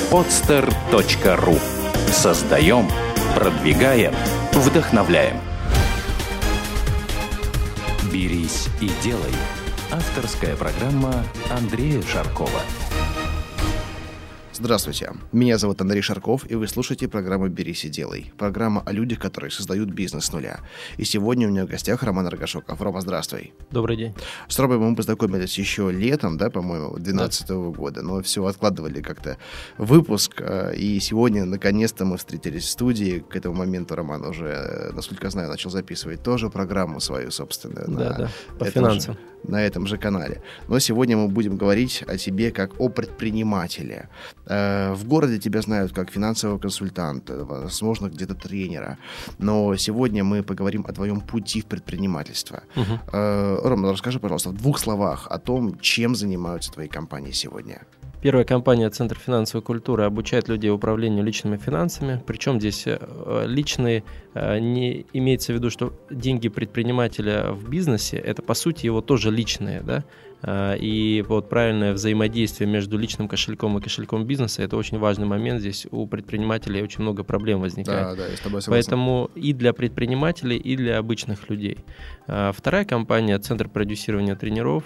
podster.ru. Создаем, продвигаем, вдохновляем. «Берись и делай» – авторская программа Андрея Шаркова. Здравствуйте, меня зовут Андрей Шарков, и вы слушаете программу «Берись и делай». Программа о людях, которые создают бизнес с нуля. И сегодня у меня в гостях Роман Рогашоков. Рома, здравствуй. Добрый день. С Ромой мы познакомились еще летом, по-моему, 2012 года, но все откладывали как-то выпуск, и сегодня, наконец-то, мы встретились в студии. К этому моменту Роман уже, насколько я знаю, начал записывать тоже программу свою собственную. По финансам. На этом же канале. Но сегодня мы будем говорить о тебе как о предпринимателе. В городе тебя знают как финансового консультанта, возможно, где-то тренера. Но сегодня мы поговорим о твоем пути в предпринимательство. Рома, расскажи, пожалуйста, в 2 словах о том, чем занимаются твои компании сегодня. Первая компания «Центр финансовой культуры» обучает людей управлению личными финансами. Причем здесь личные не имеется в виду, что деньги предпринимателя в бизнесе – это, по сути, его тоже личные, да? И вот правильное взаимодействие между личным кошельком и кошельком бизнеса – это очень важный момент. Здесь у предпринимателей очень много проблем возникает. Да, я с тобой согласен. Поэтому и для предпринимателей, и для обычных людей. Вторая компания «Центр продюсирования тренеров»,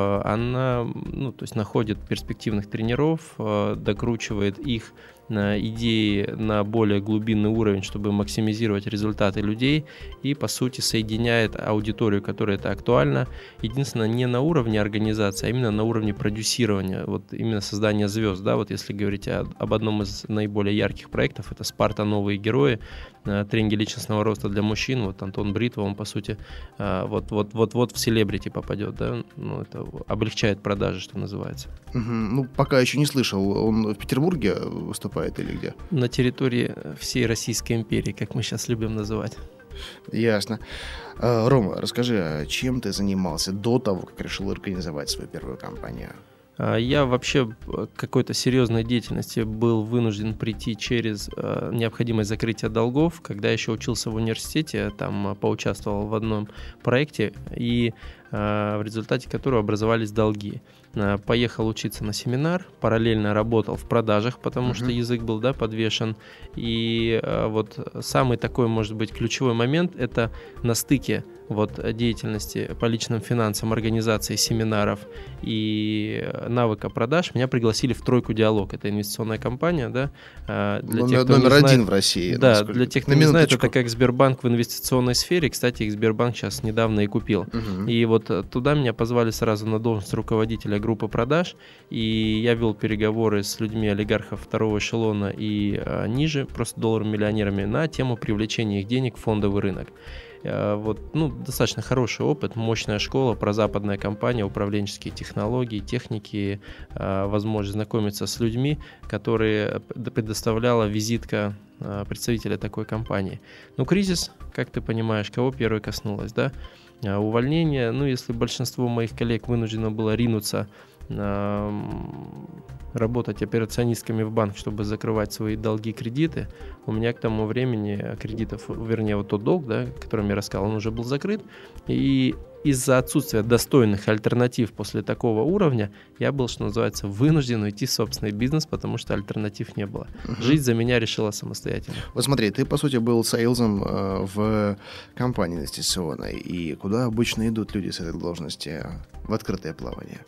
она то есть находит перспективных тренеров, докручивает их идеи на более глубинный уровень, чтобы максимизировать результаты людей, и, по сути, соединяет аудиторию, которой это актуально. Единственное, не на уровне организации, а именно на уровне продюсирования, вот именно создания звезд. Да? Вот если говорить об одном из наиболее ярких проектов, это «Спарта. Новые герои», тренинги личностного роста для мужчин. Вот Антон Бритва, он, по сути, вот в селебрити попадет, да? Это облегчает продажи, что называется. Пока еще не слышал. Он в Петербурге выступает или где? На территории всей Российской империи, как мы сейчас любим называть. Ясно. Рома, расскажи, чем ты занимался до того, как решил организовать свою первую компанию? Я вообще к какой-то серьезной деятельности был вынужден прийти через необходимость закрытия долгов. Когда еще учился в университете, там поучаствовал в одном проекте, и в результате которого образовались долги. Поехал учиться на семинар, параллельно работал в продажах, потому что язык был подвешен. И вот самый такой, может быть, ключевой момент – это на стыке деятельности по личным финансам, организации семинаров и навыка продаж меня пригласили в «Тройку Диалог». Это инвестиционная компания, да? Номер один в России. Да, для тех, кто не знает, это как Сбербанк в инвестиционной сфере. Кстати, их Сбербанк сейчас недавно и купил. И вот туда меня позвали сразу на должность руководителя группы продаж, и я вел переговоры с людьми олигархов второго эшелона и ниже, просто долларами-миллионерами, на тему привлечения их денег в фондовый рынок. Достаточно хороший опыт, мощная школа, прозападная компания, управленческие технологии, техники, возможность знакомиться с людьми, которые предоставляла визитка представителя такой компании. Кризис, как ты понимаешь, кого первой коснулось, да? Увольнение, если большинство моих коллег вынуждено было ринуться работать операционистками в банк, чтобы закрывать свои долги, кредиты. У меня к тому времени кредитов, тот долг, да, о котором я рассказал, он уже был закрыт. И из-за отсутствия достойных альтернатив после такого уровня я был, что называется, вынужден уйти в собственный бизнес, потому что альтернатив не было. Жизнь за меня решила самостоятельно. Вот смотри, ты, по сути, был сейлзом в компании инвестиционной. И куда обычно идут люди с этой должности? В открытое плавание.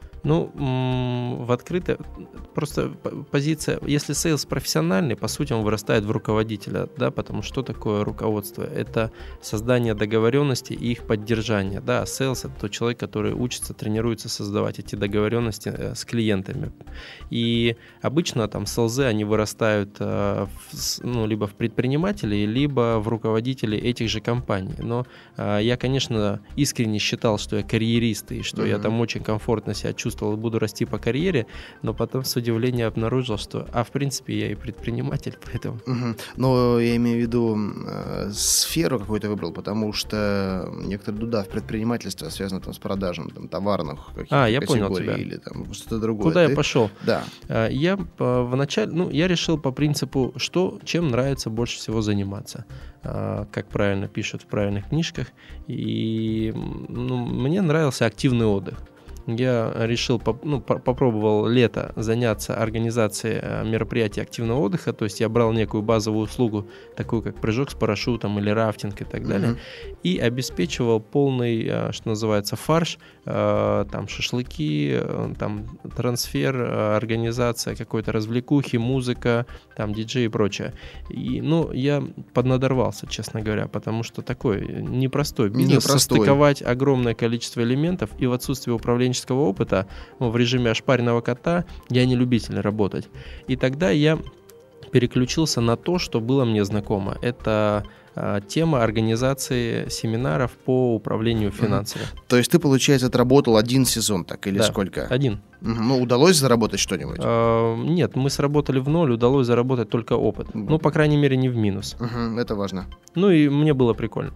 В открытое, просто позиция, если сейлс профессиональный, по сути, он вырастает в руководителя, да, потому что такое руководство? Это создание договоренностей и их поддержание, да, а сейлс – это тот человек, который учится, тренируется создавать эти договоренности с клиентами. И обычно сейлзы, они вырастают либо в предпринимателей, либо в руководителей этих же компаний. Но я, конечно, искренне считал, что я карьерист, и что я там очень комфортно себя чувствовал и буду расти по карьере, но потом с удивлением обнаружил, что, в принципе, я и предприниматель, поэтому... Но я имею в виду сферу какую-то выбрал, потому что некоторые в предпринимательство связано с продажем товарных каких-то я категорий понял тебя. Или что-то другое. Куда я пошел? Да. Я вначале, я решил по принципу, чем нравится больше всего заниматься. Как правильно пишут в правильных книжках. И мне нравился активный отдых. я решил, попробовал лето заняться организацией мероприятий активного отдыха, то есть я брал некую базовую услугу, такую как прыжок с парашютом или рафтинг и так далее, и обеспечивал полный, что называется, фарш, там шашлыки, там трансфер, организация какой-то развлекухи, музыка, там диджей и прочее. И, я поднадорвался, честно говоря, потому что такой непростой бизнес, состыковать огромное количество элементов, и в отсутствии управленческого опыта, в режиме ошпаренного кота, я не любитель работать. И тогда я переключился на то, что было мне знакомо. Это тема организации семинаров по управлению финансами. То есть ты, получается, отработал один сезон, так, или сколько? Один. Удалось заработать что-нибудь? Нет, мы сработали в ноль, удалось заработать только опыт. По крайней мере, не в минус. Это важно. И мне было прикольно.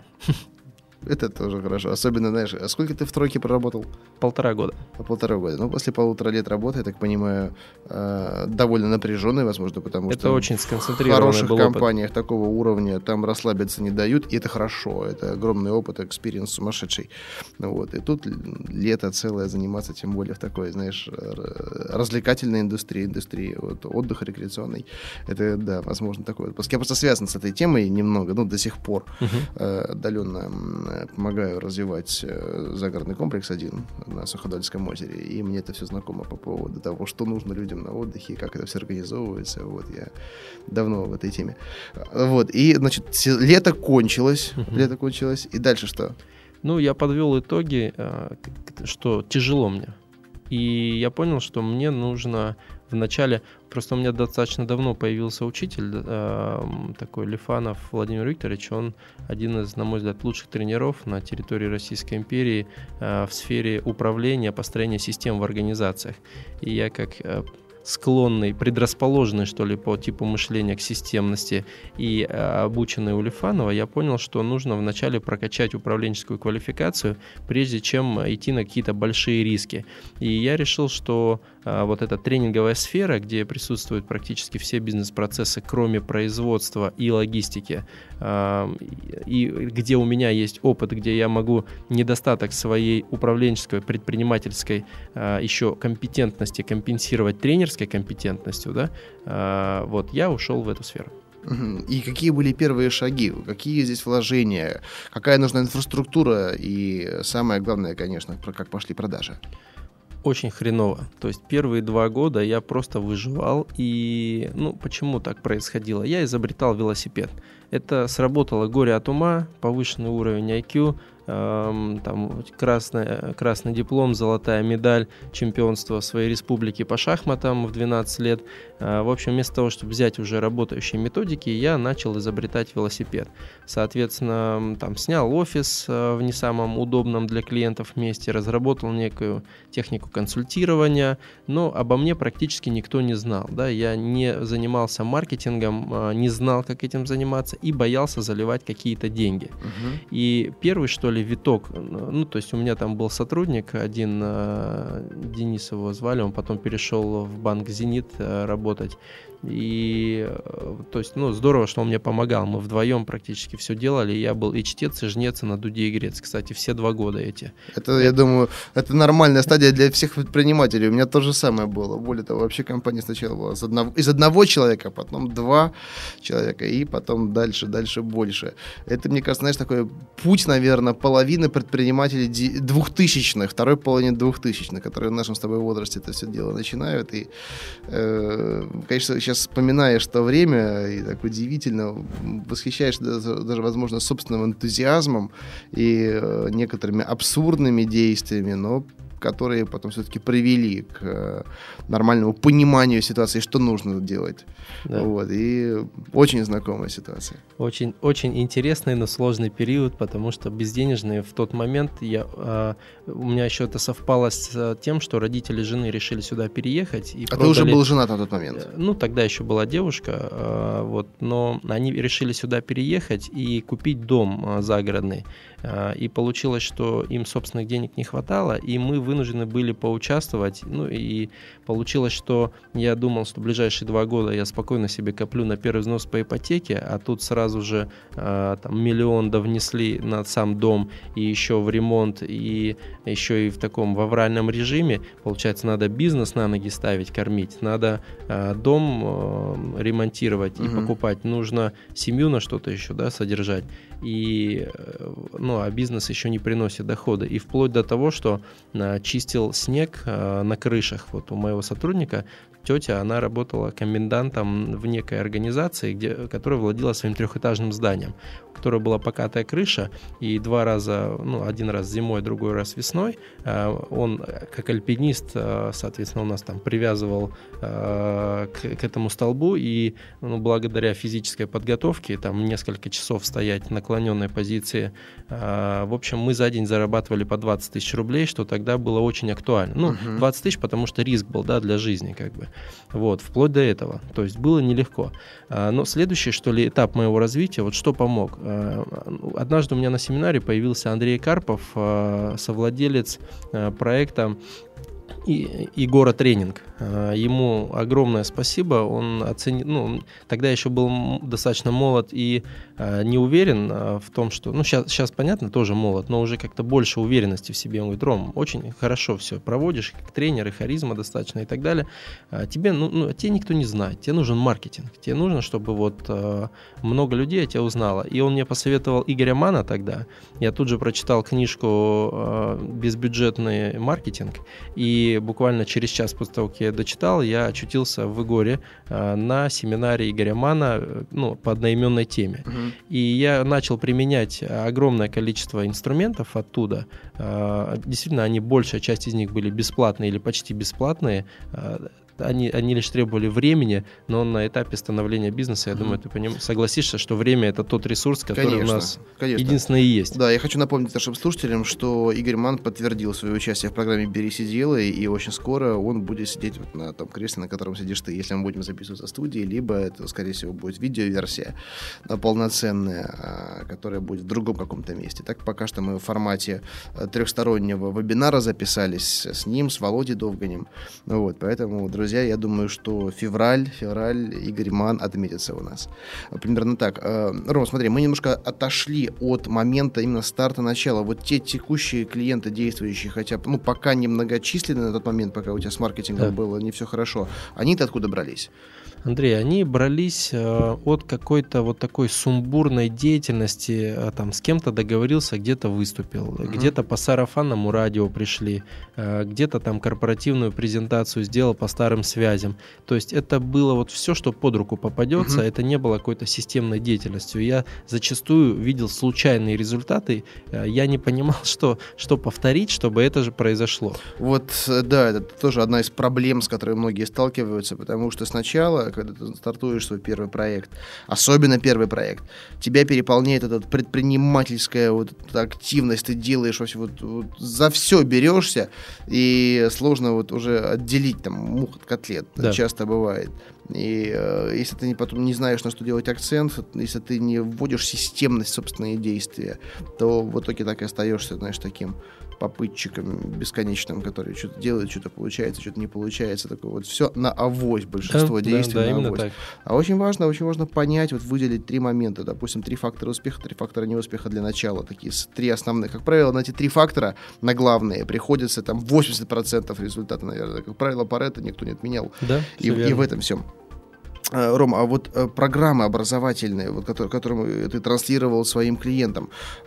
Это тоже хорошо. Особенно, знаешь, а сколько ты в тройке проработал? 1,5 года. 1,5 года. После 1,5 лет работы, я так понимаю, довольно напряженный, возможно, потому это что очень сконцентрированный в хороших был компаниях такого уровня там расслабиться не дают, и это хорошо. Это огромный опыт, экспириенс сумасшедший. И тут лето целое заниматься, тем более в такой, знаешь, развлекательной индустрии отдыха рекреационной. Это, да, возможно, такой отпуск. Я просто связан с этой темой немного, до сих пор отдаленно помогаю развивать загородный комплекс один на Суходольском озере, и мне это все знакомо по поводу того, что нужно людям на отдыхе, как это все организовывается. Я давно в этой теме. И, значит, лето кончилось, и дальше что? Я подвел итоги, что тяжело мне. И я понял, что мне нужно вначале... Просто у меня достаточно давно появился учитель, такой Лифанов Владимир Викторович. Он один из, на мой взгляд, лучших тренеров на территории Российской империи в сфере управления, построения систем в организациях. И я как склонный, предрасположенный, что ли, по типу мышления к системности и обученный у Лифанова, я понял, что нужно вначале прокачать управленческую квалификацию, прежде чем идти на какие-то большие риски. И я решил, что эта тренинговая сфера, где присутствуют практически все бизнес-процессы, кроме производства и логистики, и где у меня есть опыт, где я могу недостаток своей управленческой, предпринимательской еще компетентности компенсировать тренерской компетентностью, я ушел в эту сферу. И какие были первые шаги? Какие здесь вложения? Какая нужна инфраструктура? И самое главное, конечно, как пошли продажи? Очень хреново. То есть первые 2 года я просто выживал. И, почему так происходило? Я изобретал велосипед. Это сработало горе от ума, повышенный уровень IQ, там красный диплом, золотая медаль чемпионства своей республики по шахматам в 12 лет. В общем, вместо того, чтобы взять уже работающие методики, я начал изобретать велосипед. Соответственно, снял офис в не самом удобном для клиентов месте, разработал некую технику консультирования, но обо мне практически никто не знал. Я не занимался маркетингом, не знал, как этим заниматься, и боялся заливать какие-то деньги. И первый, виток, то есть у меня там был сотрудник один, Денис его звали, он потом перешел в банк «Зенит» работать. И, то есть, здорово, что он мне помогал. Мы вдвоем практически все делали. Я был и чтец, и жнец, и на дуде и грец. Кстати, все 2 года эти. Это, я думаю, это нормальная стадия для всех предпринимателей. У меня то же самое было. Более того, вообще компания сначала была из одного человека, потом 2 человека, и потом дальше больше. Это, мне кажется, знаешь, такой путь, наверное, половины предпринимателей 2000-х, второй половины 2000-х, которые в нашем с тобой возрасте это все дело начинают. И, конечно, сейчас вспоминаешь то время, и так удивительно, восхищаешься даже, возможно, собственным энтузиазмом и некоторыми абсурдными действиями, но которые потом все-таки привели к нормальному пониманию ситуации, что нужно делать. Да. И очень знакомая ситуация. Очень, очень интересный, но сложный период, потому что безденежный в тот момент у меня еще это совпало с тем, что родители жены решили сюда переехать. И ты уже был женат на тот момент? Тогда еще была девушка, но они решили сюда переехать и купить дом загородный. И получилось, что им собственных денег не хватало, и мы вынуждены были поучаствовать. Ну и получилось, что я думал, что в ближайшие 2 года я спокойно себе коплю на первый взнос по ипотеке, а тут сразу же там 1 миллион довнесли на сам дом и еще в ремонт, и еще и в таком в авральном режиме. Получается, надо бизнес на ноги ставить, кормить, надо дом ремонтировать и покупать, нужно семью на что-то еще, да, содержать. И, а бизнес еще не приносит дохода. И вплоть до того, что чистил снег на крышах. Вот у моего сотрудника тетя, она работала комендантом в некой организации, которая владела своим 3-этажным зданием, у которой была покатая крыша, и 2 раза, один раз зимой, другой раз весной, он, как альпинист, соответственно, у нас там привязывал к этому столбу, и благодаря физической подготовке, там несколько часов стоять в наклоненной позиции, в общем, мы за день зарабатывали по 20 тысяч рублей, что тогда было очень актуально. 20 тысяч, потому что риск был, да, для жизни, как бы. Вот, вплоть до этого. То есть было нелегко. Но следующий, что ли, этап моего развития, вот что помог. Однажды у меня на семинаре появился Андрей Карпов, совладелец проекта Егора Тренинг. Ему огромное спасибо. Он оценил, тогда еще был достаточно молод и не уверен в том, что, сейчас понятно, тоже молод, но уже как-то больше уверенности в себе. Он говорит: Ром, очень хорошо все проводишь, как тренер, и харизма достаточно и так далее. Тебе, тебе никто не знает, тебе нужен маркетинг, тебе нужно, чтобы вот много людей о тебе узнало. И он мне посоветовал Игоря Манна тогда. Я тут же прочитал книжку «Безбюджетный маркетинг», и буквально через час после того, как я дочитал, я очутился в Игоре на семинаре Игоря Манна по одноименной теме. И я начал применять огромное количество инструментов оттуда. Действительно, большая часть из них были бесплатные или почти бесплатные. Они лишь требовали времени, но на этапе становления бизнеса, я думаю, ты согласишься, что время — это тот ресурс, который у нас единственное и есть. Да, я хочу напомнить нашим слушателям, что Игорь Манн подтвердил свое участие в программе «Берись и делай», и очень скоро он будет сидеть вот на том кресле, на котором сидишь ты, если мы будем записываться в студии, либо это, скорее всего, будет видеоверсия полноценная, которая будет в другом каком-то месте. Так, пока что мы в формате 3-стороннего вебинара записались с ним, с Володей Довганем. Вот, поэтому, друзья, я думаю, что февраль Игорь Манн отметится у нас. Примерно так. Ром, смотри, мы немножко отошли от момента именно старта, начала. Вот те текущие клиенты, действующие, хотя бы, пока немногочисленные на тот момент, пока у тебя с маркетингом было не все хорошо, они-то откуда брались? Андрей, они брались от какой-то вот такой сумбурной деятельности, там с кем-то договорился, где-то выступил, где-то по сарафанному радио пришли, где-то там корпоративную презентацию сделал по старым связям. То есть это было вот все, что под руку попадется, это не было какой-то системной деятельностью. Я зачастую видел случайные результаты, я не понимал, что повторить, чтобы это же произошло. Вот, да, это тоже одна из проблем, с которой многие сталкиваются, потому что сначала, когда ты стартуешь свой первый проект, особенно первый проект, тебя переполняет эта предпринимательская вот эта активность, ты делаешь вообще вот за все берешься, и сложно вот уже отделить там мух от котлет, да. Часто бывает. И если ты потом не знаешь, на что делать акцент, если ты не вводишь системность в собственные действия, то в итоге так и остаешься, знаешь, таким попытчиком бесконечным, который что-то делает, что-то получается, что-то не получается. Такое вот все на авось, большинство действий на авось. Так. А очень важно понять, вот выделить 3 момента, допустим, 3 фактора успеха, 3 фактора неуспеха для начала. Такие 3 основных. Как правило, на эти 3 фактора, на главные, приходится там 80% результата, наверное. Как правило, Парето никто не отменял. Да, и в этом всем. Рома, а вот программы образовательные, вот, которые ты транслировал своим клиентам,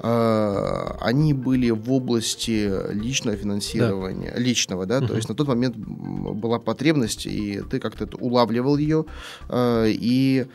они были в области личного финансирования, да. Личного, да? То есть на тот момент была потребность, и ты как-то улавливал ее, и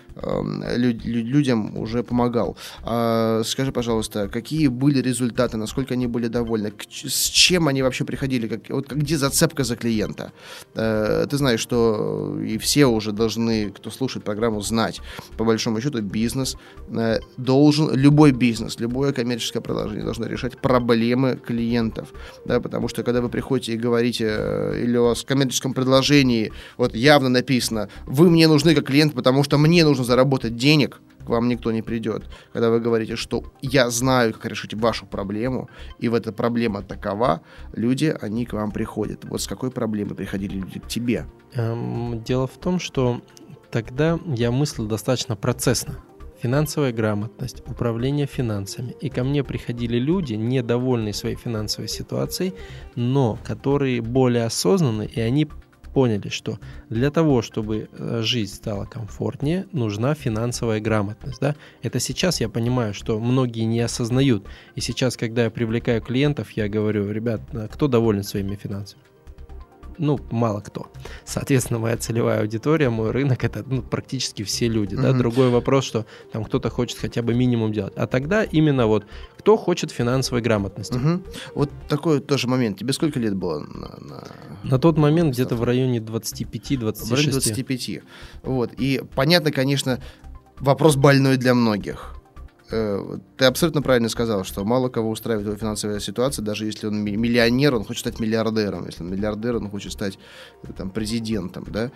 людям уже помогал. Скажи, пожалуйста, какие были результаты, насколько они были довольны, с чем они вообще приходили, где зацепка за клиента? Ты знаешь, что и все уже должны, кто слушает программу, знать, по большому счету, бизнес должен, любой бизнес, любое коммерческое предложение должно решать проблемы клиентов, да, потому что когда вы приходите и говорите, или у вас в коммерческом предложении вот явно написано: вы мне нужны как клиент, потому что мне нужно заработать денег, к к вам никто не придет. Когда вы говорите, что я знаю, как решить вашу проблему, и эта проблема такова, люди, они к вам приходят. Вот с какой проблемой приходили люди к тебе? Дело в том, что тогда я мыслил достаточно процессно. Финансовая грамотность, управление финансами. И ко мне приходили люди, недовольные своей финансовой ситуацией, но которые более осознанны, и они поняли, что для того, чтобы жизнь стала комфортнее, нужна финансовая грамотность. Да? Это сейчас я понимаю, что многие не осознают. И сейчас, когда я привлекаю клиентов, я говорю: ребят, кто доволен своими финансами? Мало кто. Соответственно, моя целевая аудитория, мой рынок — это практически все люди. Да? Другой вопрос, что там кто-то хочет хотя бы минимум делать. А тогда именно кто хочет финансовой грамотности. Вот такой тоже момент. Тебе сколько лет было? На тот момент где-то в районе 25-26. В районе 25. Вот. И понятно, конечно, вопрос больной для многих. Ты абсолютно правильно сказал, что мало кого устраивает его финансовая ситуация, даже если он миллионер, он хочет стать миллиардером, если он миллиардер, он хочет стать президентом, да,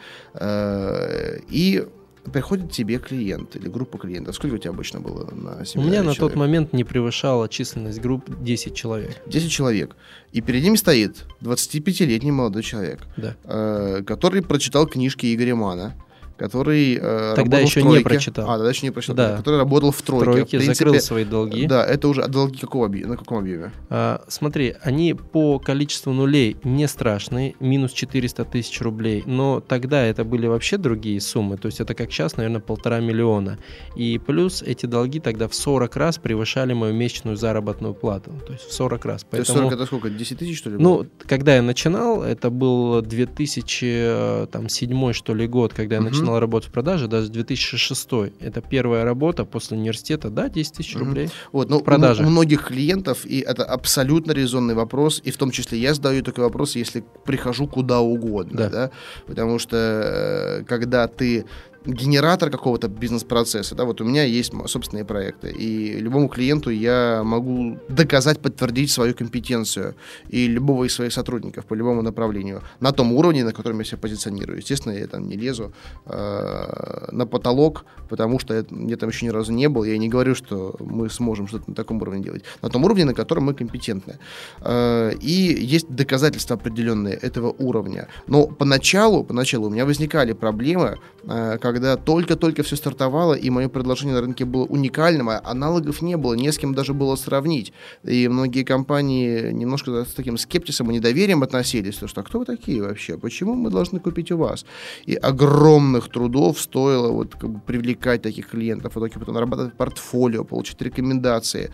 и приходит тебе клиент или группа клиентов. Сколько у тебя обычно было на семинаре? У меня на тот момент не превышала численность групп 10 человек. 10 человек. И перед ними стоит 25-летний молодой человек, который прочитал книжки Игоря Манна, который тогда еще не прочитал. Тогда еще не прочитал. Да. Который работал в тройке. В принципе, закрыл свои долги. Да, это уже долги на каком объеме? Смотри, они по количеству нулей не страшные, минус 400 тысяч рублей, но тогда это были вообще другие суммы, то есть это как сейчас, наверное, 1,5 миллиона. И плюс эти долги тогда в 40 раз превышали мою месячную заработную плату, то есть в 40 раз. Поэтому... То есть 40 это сколько, 10 тысяч, что ли? Было? Когда я начинал, это был 2007 что ли год, когда я начинал работать в продаже, даже 2006. Это первая работа после университета, 10 тысяч рублей в продаже. У многих клиентов, и это абсолютно резонный вопрос, и в том числе я задаю такой вопрос, если прихожу куда угодно, да? Потому что когда ты генератор какого-то бизнес-процесса, да, вот у меня есть собственные проекты, и любому клиенту я могу доказать, подтвердить свою компетенцию и любого из своих сотрудников по любому направлению на том уровне, на котором я себя позиционирую. Естественно, я там не лезу на потолок, потому что я там еще ни разу не был, я не говорю, что мы сможем что-то на таком уровне делать, на том уровне, на котором мы компетентны. И есть доказательства определенные этого уровня. Но поначалу у меня возникали проблемы, когда только-только все стартовало, и мое предложение на рынке было уникальным, а аналогов не было, не с кем даже было сравнить. И многие компании немножко с таким скептисом и недоверием относились, что кто вы такие вообще, почему мы должны купить у вас? И огромных трудов стоило привлекать таких клиентов, потом нарабатывать портфолио, получить рекомендации.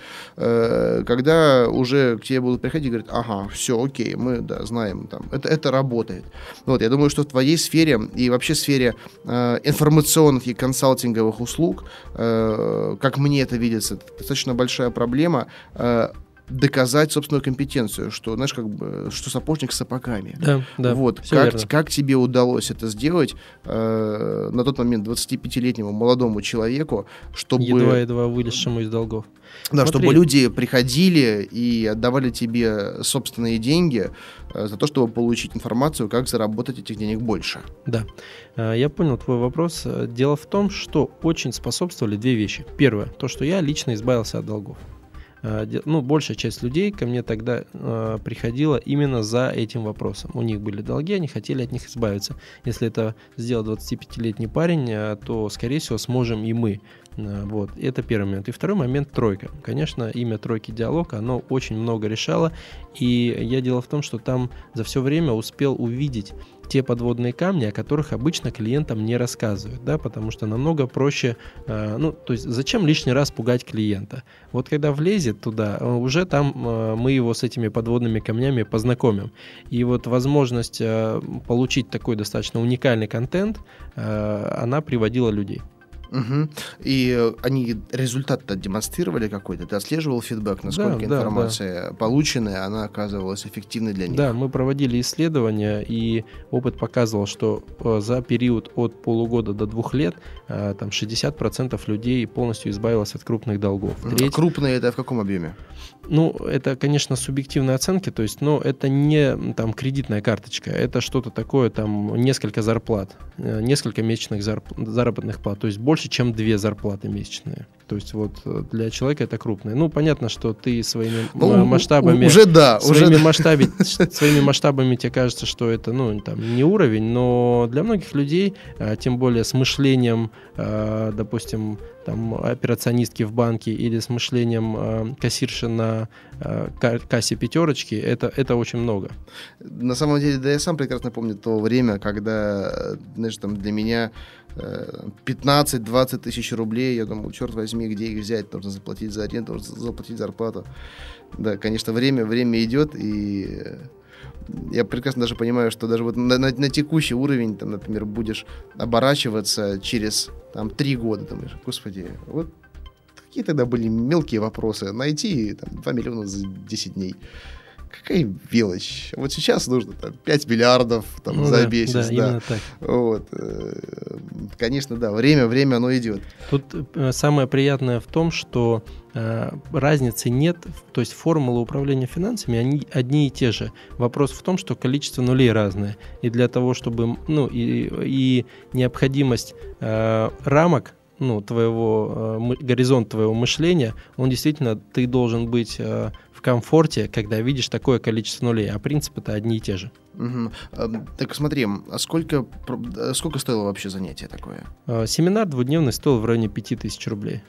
Когда уже к тебе будут приходить и говорят: ага, все, окей, мы знаем, это работает. Я думаю, что в твоей сфере и вообще сфере информационных и консалтинговых услуг, как мне это видится, это достаточно большая проблема, доказать собственную компетенцию, что, знаешь, что сапожник с сапогами. Да, как тебе удалось это сделать на тот момент 25-летнему молодому человеку, чтобы... Едва вылезшему из долгов. Да, чтобы люди приходили и отдавали тебе собственные деньги за то, чтобы получить информацию, как заработать этих денег больше. Да, я понял твой вопрос. Дело в том, что очень способствовали две вещи. Первое, то, что я лично избавился от долгов. Большая часть людей ко мне тогда приходила именно за этим вопросом. У них были долги, они хотели от них избавиться. Если это сделал 25-летний парень, то, скорее всего, сможем и мы. Это первый момент. И второй момент — тройка. Конечно, имя тройки «Диалог», оно очень много решало. И дело в том, что там за все время успел увидеть те подводные камни, о которых обычно клиентам не рассказывают, да, потому что намного проще, то есть зачем лишний раз пугать клиента? Когда влезет туда, уже там мы его с этими подводными камнями познакомим. И возможность получить такой достаточно уникальный контент, она приводила людей. Угу. И они результат-то демонстрировали какой-то? Ты отслеживал фидбэк, насколько информация полученная, она оказывалась эффективной для них? Да, мы проводили исследования, и опыт показывал, что за период от полугода до 2 лет 60% людей полностью избавилось от крупных долгов. Крупные — это в каком объеме? Это, конечно, субъективные оценки, то есть, это не кредитная карточка, это что-то такое, несколько зарплат, несколько месячных заработных плат, то есть больше больше, чем 2 зарплаты месячные. То есть вот для человека это крупно. Ну, понятно, что ты своими масштабами... Своими масштабами тебе кажется, что это там, не уровень, но для многих людей, тем более с мышлением, допустим, там, операционистки в банке или с мышлением кассирши на кассе пятерочки, это очень много. На самом деле, да, я сам прекрасно помню то время, когда, знаешь, там для меня 15-20 тысяч рублей, я думал, черт возьми, где их взять, нужно заплатить за аренду, нужно заплатить зарплату. Да, конечно, время идет, и я прекрасно даже понимаю, что даже вот на текущий уровень, там, например, будешь оборачиваться через 3 года, думаешь, господи, вот какие тогда были мелкие вопросы, найти 2 миллиона за 10 дней. Какая мелочь. Вот сейчас нужно 5 миллиардов за месяц. Да, именно так. Вот. Конечно, да, время оно идет. Тут самое приятное в том, что разницы нет, то есть формулы управления финансами, они одни и те же. Вопрос в том, что количество нулей разное. И для того, чтобы, и необходимость рамок, горизонт твоего мышления, он действительно, ты должен быть в комфорте, когда видишь такое количество нулей, а принципы-то одни и те же. Угу. Так смотри, а сколько стоило вообще занятие такое? Семинар двудневный стоил в районе 5000 рублей.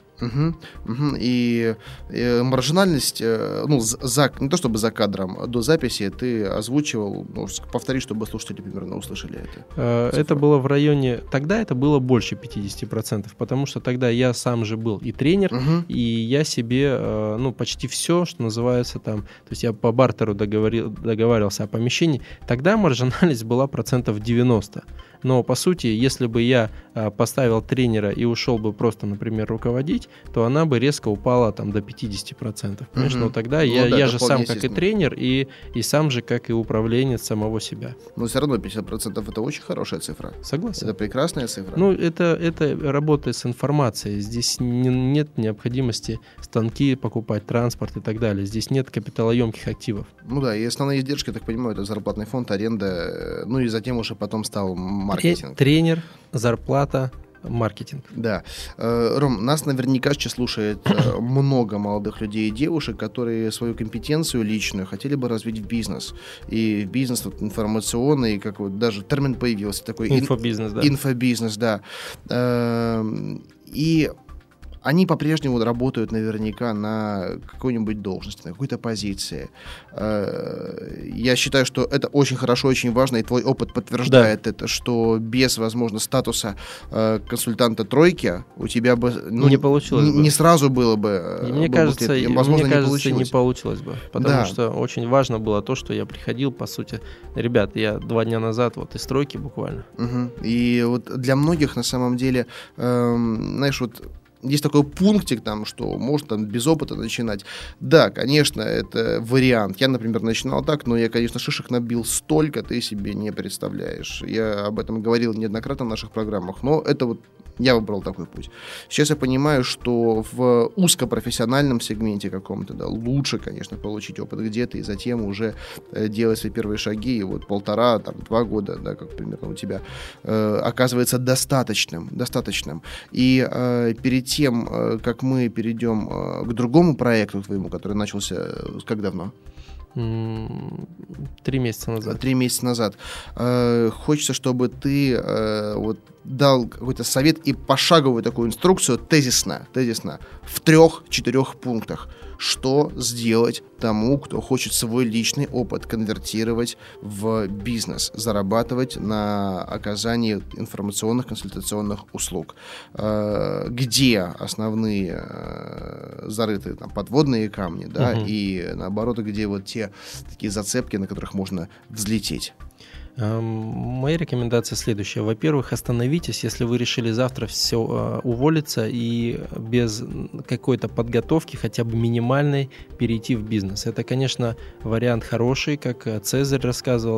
И маржинальность, не то чтобы за кадром, до записи ты озвучивал, повтори, чтобы слушатели примерно услышали это. Это было в районе, тогда это было больше 50%, потому что тогда я сам же был и тренер, и я себе, почти все, что называется там, то есть я по бартеру договаривался о помещении, тогда маржинальность была 90%. Но, по сути, если бы я поставил тренера и ушел бы просто, например, руководить, то она бы резко упала до 50%. Понимаешь? Но тогда я же сам как и тренер, и сам же как и управленец самого себя. Но все равно 50% это очень хорошая цифра. Согласен. Это прекрасная цифра. Это работа с информацией. Здесь нет необходимости станки покупать, транспорт и так далее. Здесь нет капиталоемких активов. И основные издержки, я так понимаю, это зарплатный фонд, аренда, и затем уже потом стал маркетинг. Тренер, зарплата, маркетинг. Да. Ром, нас наверняка сейчас слушает много молодых людей и девушек, которые свою компетенцию личную хотели бы развить в бизнес. И в бизнес информационный, как даже термин появился такой. Инфобизнес, да. Инфобизнес, да. И они по-прежнему работают наверняка на какой-нибудь должности, на какой-то позиции. Я считаю, что это очень хорошо, очень важно, и твой опыт подтверждает это, что без, возможно, статуса консультанта тройки у тебя бы не получилось бы. Не сразу было бы. И мне кажется, не получилось бы. Потому что очень важно было то, что я приходил, по сути. Ребят, я 2 дня назад из стройки буквально. И вот для многих, на самом деле, знаешь, есть такой пунктик, что можно без опыта начинать. Да, конечно, это вариант. Я, например, начинал так, но я, конечно, шишек набил столько, ты себе не представляешь. Я об этом говорил неоднократно в наших программах, но это я выбрал такой путь. Сейчас я понимаю, что в узкопрофессиональном сегменте каком-то, лучше, конечно, получить опыт где-то и затем уже делать свои первые шаги. И 1,5-2 года, как примерно у тебя, оказывается достаточным. И перед тем, как мы перейдем к другому проекту твоему, который начался как давно? 3 месяца назад. 3 месяца назад. Хочется, чтобы ты дал какой-то совет и пошаговую такую инструкцию тезисно в 3-4 пунктах. Что сделать тому, кто хочет свой личный опыт конвертировать в бизнес, зарабатывать на оказании информационных консультационных услуг. Где основные зарыты подводные камни, и наоборот, где те такие зацепки, на которых можно взлететь. Моя рекомендация следующая. Во-первых, остановитесь, если вы решили завтра все уволиться и без какой-то подготовки, хотя бы минимальной, перейти в бизнес. Это, конечно, вариант хороший, как Цезарь рассказывал,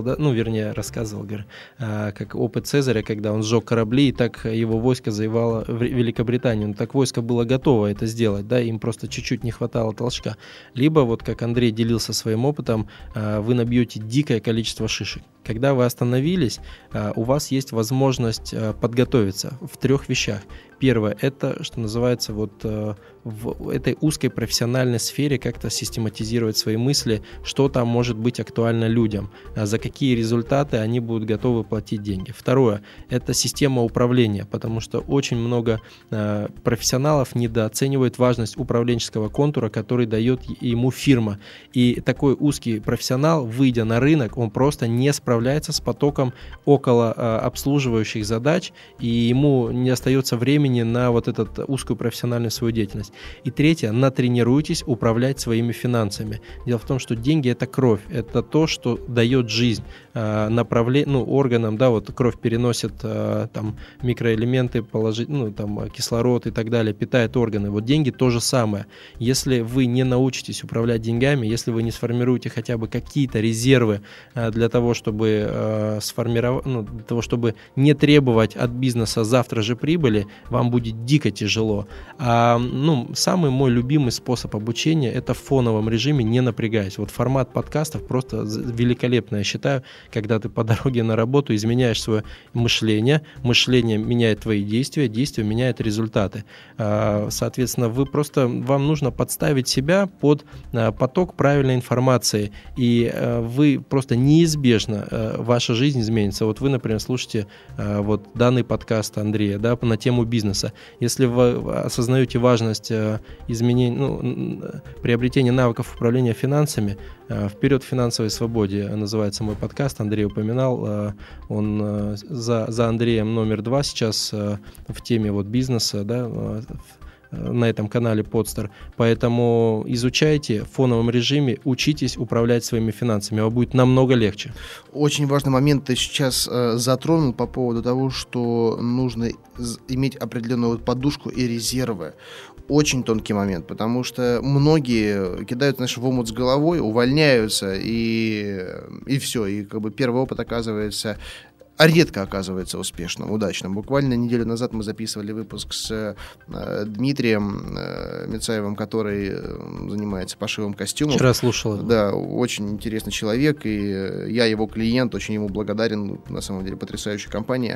как опыт Цезаря, когда он сжег корабли, и так его войско завоевало в Великобританию. Но так войско было готово это сделать, им просто чуть-чуть не хватало толчка. Либо, как Андрей делился своим опытом, вы набьете дикое количество шишек. Когда вы остановились, у вас есть возможность подготовиться в 3 вещах. Первое – это, что называется, вот в этой узкой профессиональной сфере как-то систематизировать свои мысли, что там может быть актуально людям, за какие результаты они будут готовы платить деньги. Второе – это система управления, потому что очень много профессионалов недооценивают важность управленческого контура, который дает ему фирма. И такой узкий профессионал, выйдя на рынок, он просто не справляется с потоком около обслуживающих задач, и ему не остается времени на вот эту узкую профессиональную свою деятельность. И третье, натренируйтесь управлять своими финансами. Дело в том, что деньги – это кровь, это то, что дает жизнь органам, да, вот кровь переносит там микроэлементы, кислород и так далее, питает органы. Вот деньги то же самое. Если вы не научитесь управлять деньгами, если вы не сформируете хотя бы какие-то резервы для того, чтобы для того, чтобы не требовать от бизнеса завтра же прибыли, вам будет дико тяжело. Самый мой любимый способ обучения – это в фоновом режиме, не напрягаясь. Вот формат подкастов просто великолепно, я считаю, когда ты по дороге на работу изменяешь свое мышление меняет твои действия, действия меняют результаты. Соответственно, вам нужно подставить себя под поток правильной информации, и вы просто неизбежно, ваша жизнь изменится. Вот вы, например, слушаете вот данный подкаст Андрея, да, на тему бизнеса. Если вы осознаете важность приобретения навыков управления финансами, «Вперед к финансовой свободе» называется мой подкаст, Андрей упоминал, он за Андреем номер 2 сейчас в теме вот бизнеса, да, на этом канале Podster. Поэтому изучайте в фоновом режиме, учитесь управлять своими финансами, вам будет намного легче. Очень важный момент ты сейчас затронул по поводу того, что нужно иметь определенную подушку и резервы. Очень тонкий момент, потому что многие кидают, в омут с головой, увольняются, и все. И как бы первый опыт оказывается... редко оказывается успешным, удачным. Буквально неделю назад мы записывали выпуск с Дмитрием Мицаевым, который занимается пошивом костюмов. Вчера слушал. Да, очень интересный человек, и я его клиент, очень ему благодарен, на самом деле потрясающая компания.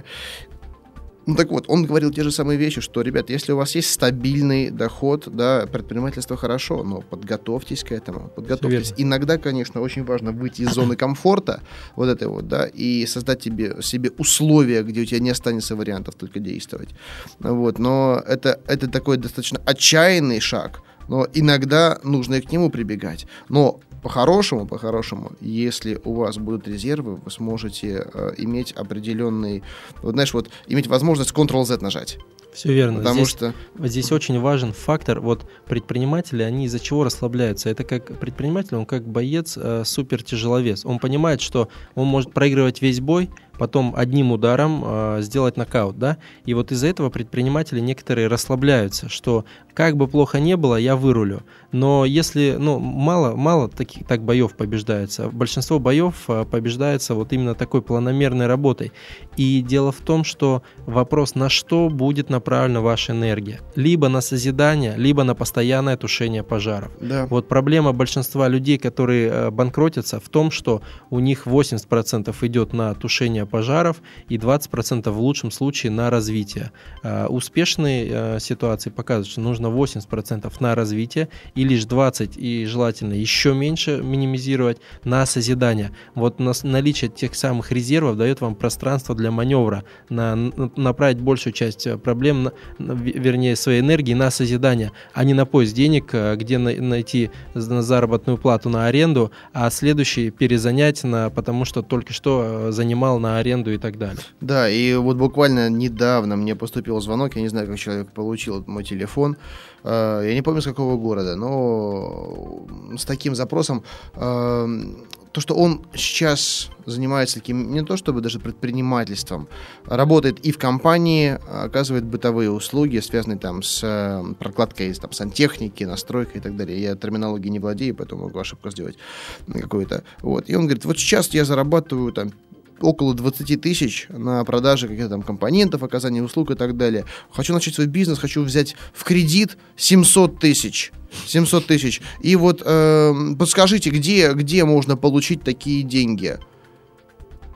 Так вот, он говорил те же самые вещи, что, ребят, если у вас есть стабильный доход, да, предпринимательство хорошо, но подготовьтесь к этому, подготовьтесь. Иногда, конечно, очень важно выйти из зоны комфорта, вот этой вот, да, и создать себе условия, где у тебя не останется вариантов только действовать. Вот, но это такой достаточно отчаянный шаг, но иногда нужно и к нему прибегать. Но по-хорошему, если у вас будут резервы, вы сможете иметь определенный, иметь возможность Ctrl-Z нажать. Все верно. Здесь очень важен фактор. Вот предприниматели, они из-за чего расслабляются? Это как предприниматель, он как боец, супертяжеловес. Он понимает, что он может проигрывать весь бой, потом одним ударом сделать нокаут, да? И вот из-за этого предприниматели некоторые расслабляются, что как бы плохо не было, я вырулю. Но если, мало так боев побеждается. Большинство боев побеждается вот именно такой планомерной работой. И дело в том, что вопрос, на что будет направлена ваша энергия. Либо на созидание, либо на постоянное тушение пожаров. Да. Вот проблема большинства людей, которые банкротятся, в том, что у них 80% идет на тушение пожаров и 20% в лучшем случае на развитие. Успешные ситуации показывают, что нужно 80% на развитие и лишь 20% и желательно еще меньше минимизировать на созидание. Вот наличие тех самых резервов дает вам пространство для маневра, направить большую часть проблем, своей энергии на созидание, а не на поиск денег, где найти заработную плату на аренду, а следующий перезанять потому что только что занимал на аренду и так далее. Да, и вот буквально недавно мне поступил звонок, я не знаю, как человек получил мой телефон, я не помню, с какого города, но с таким запросом, то, что он сейчас занимается таким, не то чтобы даже предпринимательством, работает и в компании, оказывает бытовые услуги, связанные там с прокладкой там, сантехники, настройкой и так далее. Я терминологией не владею, поэтому могу ошибку сделать какую-то. Вот. И он говорит, вот сейчас я зарабатываю там около 20 тысяч на продаже каких-то там компонентов, оказания услуг и так далее. Хочу начать свой бизнес, хочу взять в кредит 700 тысяч. И вот подскажите, где можно получить такие деньги?